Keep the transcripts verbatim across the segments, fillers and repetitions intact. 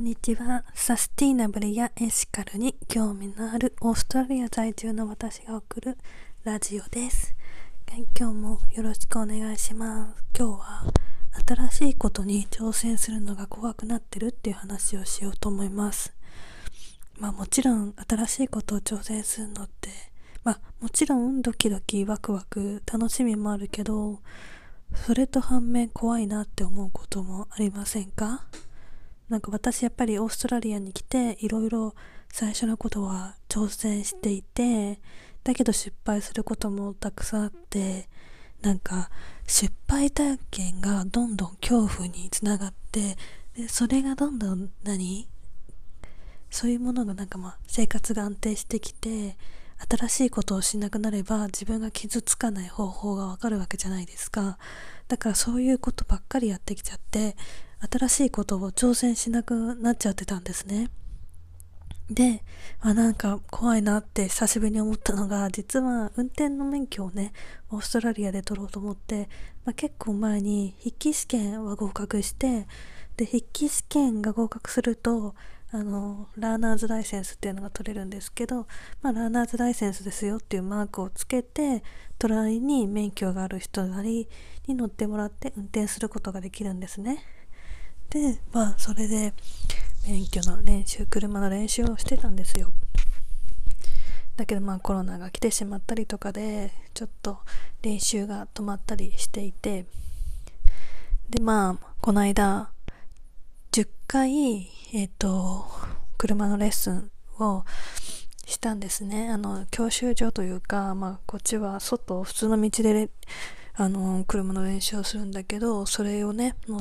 にちは。サスティナブルやエシカルに興味のあるオーストラリア在住の私が送るラジオです。今日もよろしくお願いします。今日は新しいことに挑戦するのが怖くなってるっていう話をしようと思います。まあもちろん新しいことを挑戦するのってまあもちろんドキドキワクワク楽しみもあるけど、それと反面怖いなって思うこともありませんか？なんか私やっぱりオーストラリアに来ていろいろ最初のことは挑戦していて、だけど失敗することもたくさんあって、なんか失敗体験がどんどん恐怖につながって、でそれがどんどん何そういうものがなんかまあ生活が安定してきて、新しいことをしなくなれば自分が傷つかない方法がわかるわけじゃないですか。だからそういうことばっかりやってきちゃって、新しいことを挑戦しなくなっちゃってたんですね。で、あ、なんか怖いなって久しぶりに思ったのが、実は運転の免許をね、オーストラリアで取ろうと思って、まあ、結構前に筆記試験は合格して、で、筆記試験が合格すると、あの、ラーナーズライセンスっていうのが取れるんですけど、まあ、ラーナーズライセンスですよっていうマークをつけて、隣に免許がある人なりに乗ってもらって運転することができるんですね。で、まあ、それで免許の練習、車の練習をしてたんですよ。だけどまあコロナが来てしまったりとかで、ちょっと練習が止まったりしていて、でまあ、この間、じゅっかい、えっと、車のレッスンをしたんですね。あの、教習所というか、まあ、こっちは外、普通の道で、あの、車の練習をするんだけど、それをね、乗って、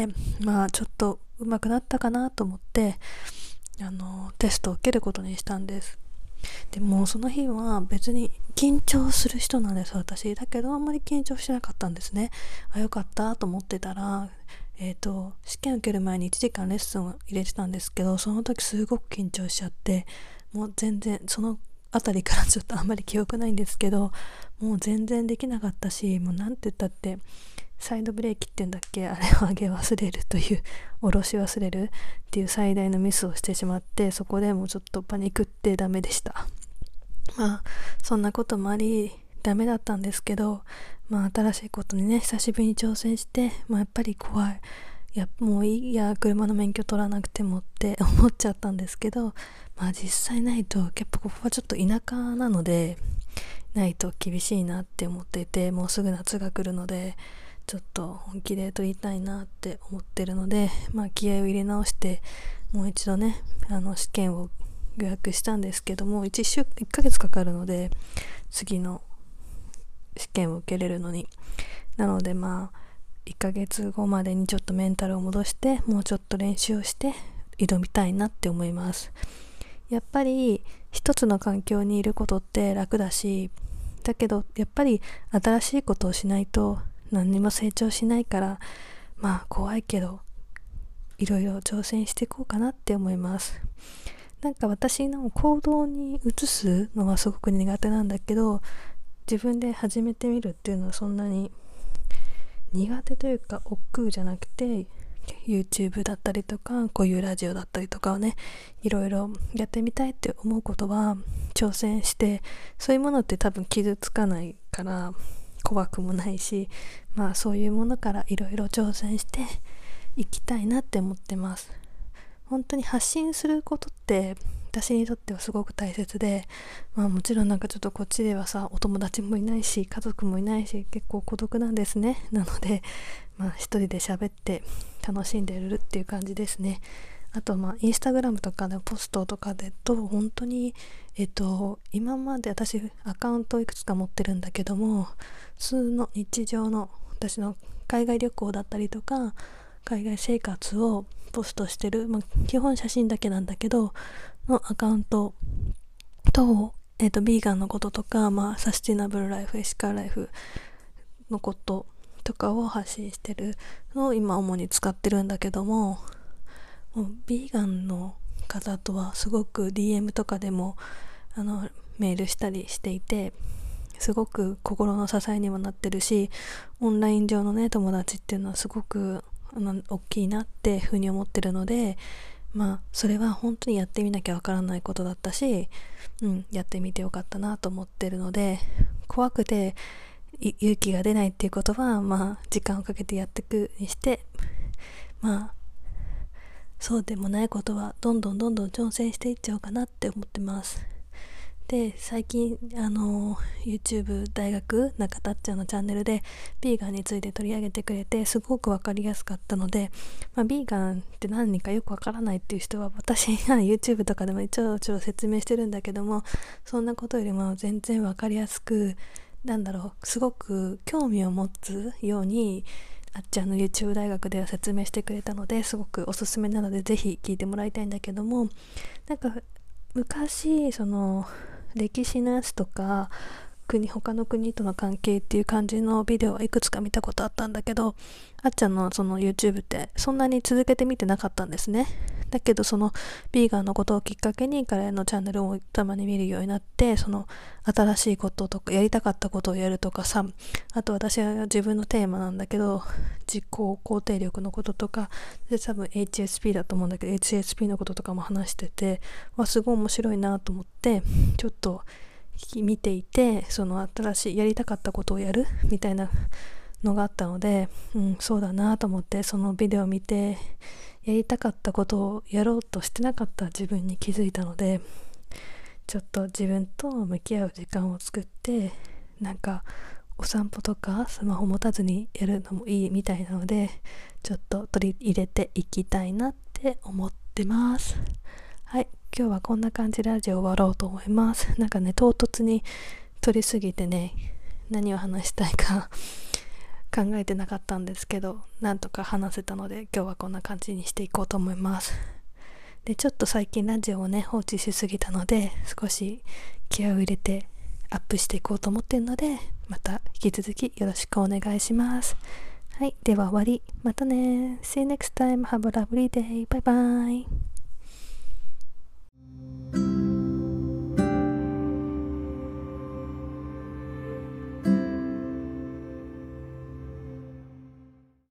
まあ、ちょっと上手くなったかなと思って、あの、テストを受けることにしたんです。でも、その日は別に緊張する人なんです、私。だけど、あんまり緊張してなかったんですね。あ、よかったと思ってたら、えっと、試験受ける前にいちじかんレッスンを入れてたんですけど、その時すごく緊張しちゃって、もう全然、そのあたりからちょっとあんまり記憶ないんですけど、もう全然できなかったし、もうなんて言ったって、サイドブレーキっていうんだっけ、あれを上げ忘れるという、下ろし忘れるっていう最大のミスをしてしまって、そこでもうちょっとパニックってダメでした。まあ、そんなこともあり、ダメだったんですけど、まあ新しいことにね、久しぶりに挑戦して、まあやっぱり怖い。いや、もういいや、車の免許取らなくてもって思っちゃったんですけど、まあ実際ないと、やっぱここはちょっと田舎なので、ないと厳しいなって思っていて、もうすぐ夏が来るので、ちょっと本気で取りたいなって思ってるので、まあ気合を入れ直して、もう一度ね、あの試験を予約したんですけども、いち週、いっかげつかかるので、次の試験を受けれるのに。なのでまあ、いっかげつごまでにちょっとメンタルを戻して、もうちょっと練習をして挑みたいなって思います。やっぱり一つの環境にいることって楽だし、だけどやっぱり新しいことをしないと何にも成長しないから、まあ怖いけどいろいろ挑戦していこうかなって思います。なんか私の行動に移すのはすごく苦手なんだけど、自分で始めてみるっていうのはそんなに苦手というか億劫じゃなくて、 YouTube だったりとかこういうラジオだったりとかをね、いろいろやってみたいって思うことは挑戦して、そういうものって多分傷つかないから怖くもないし、まあそういうものからいろいろ挑戦していきたいなって思ってます。本当に発信することって私にとってはすごく大切で、まあもちろんなんかちょっとこっちではさ、お友達もいないし家族もいないし結構孤独なんですね。なのでまあ一人で喋って楽しんでるっていう感じですね。あとまあインスタグラムとかでポストとかでと本当にえっと今まで私アカウントいくつか持ってるんだけども、普通の日常の私の海外旅行だったりとか海外生活をポストしてる、まあ、基本写真だけなんだけどのアカウントと、えっと、ビーガンのこととか、まあ、サスティナブルライフ、エシカルライフのこととかを発信してるのを今主に使ってるんだけども、もうビーガンの方とはすごく ディーエム とかでもあのメールしたりしていて、すごく心の支えにもなってるし、オンライン上のね友達っていうのはすごくあの大きいなっていうふうに思ってるので、 まあそれは本当にやってみなきゃわからないことだったし、うん、やってみてよかったなと思ってるので、怖くて勇気が出ないっていうことは、まあ時間をかけてやっていくにして、まあそうでもないことはどんどんどんどん挑戦していっちゃおうかなって思ってます。で、最近あの YouTube 大学中田っちゃんのチャンネルでビーガンについて取り上げてくれて、すごく分かりやすかったので、まあ、ビーガンって何かよく分からないっていう人は、私が YouTube とかでもちょろちょろ説明してるんだけども、そんなことよりも全然分かりやすく、なんだろう、すごく興味を持つようにあっちゃんの YouTube 大学では説明してくれたので、すごくおすすめなのでぜひ聞いてもらいたいんだけども、なんか昔その歴史のやつとか国他の国との関係っていう感じのビデオはいくつか見たことあったんだけど、あっちゃんのその YouTube ってそんなに続けて見てなかったんですね。だけどそのビーガンのことをきっかけに彼のチャンネルをたまに見るようになって、その新しいこととかやりたかったことをやるとかさ、あと私は自分のテーマなんだけど実行肯定力のこととかで、多分 エイチエスピー だと思うんだけど エイチエスピー のこととかも話してて、わすごい面白いなと思ってちょっと見ていて、その新しいやりたかったことをやるみたいなのがあったので、うん、そうだなと思ってそのビデオを見て、やりたかったことをやろうとしてなかった自分に気づいたので、ちょっと自分と向き合う時間を作って、なんかお散歩とかスマホ持たずにやるのもいいみたいなので、ちょっと取り入れていきたいなって思ってます。はい、今日はこんな感じでラジオ終わろうと思います。なんかね、唐突に撮りすぎてね、何を話したいか考えてなかったんですけど、なんとか話せたので今日はこんな感じにしていこうと思います。で、ちょっと最近ラジオをね放置しすぎたので、少し気合を入れてアップしていこうと思っているので、また引き続きよろしくお願いします。はい、では終わり。またね。See you next time. Have a lovely day. Bye bye.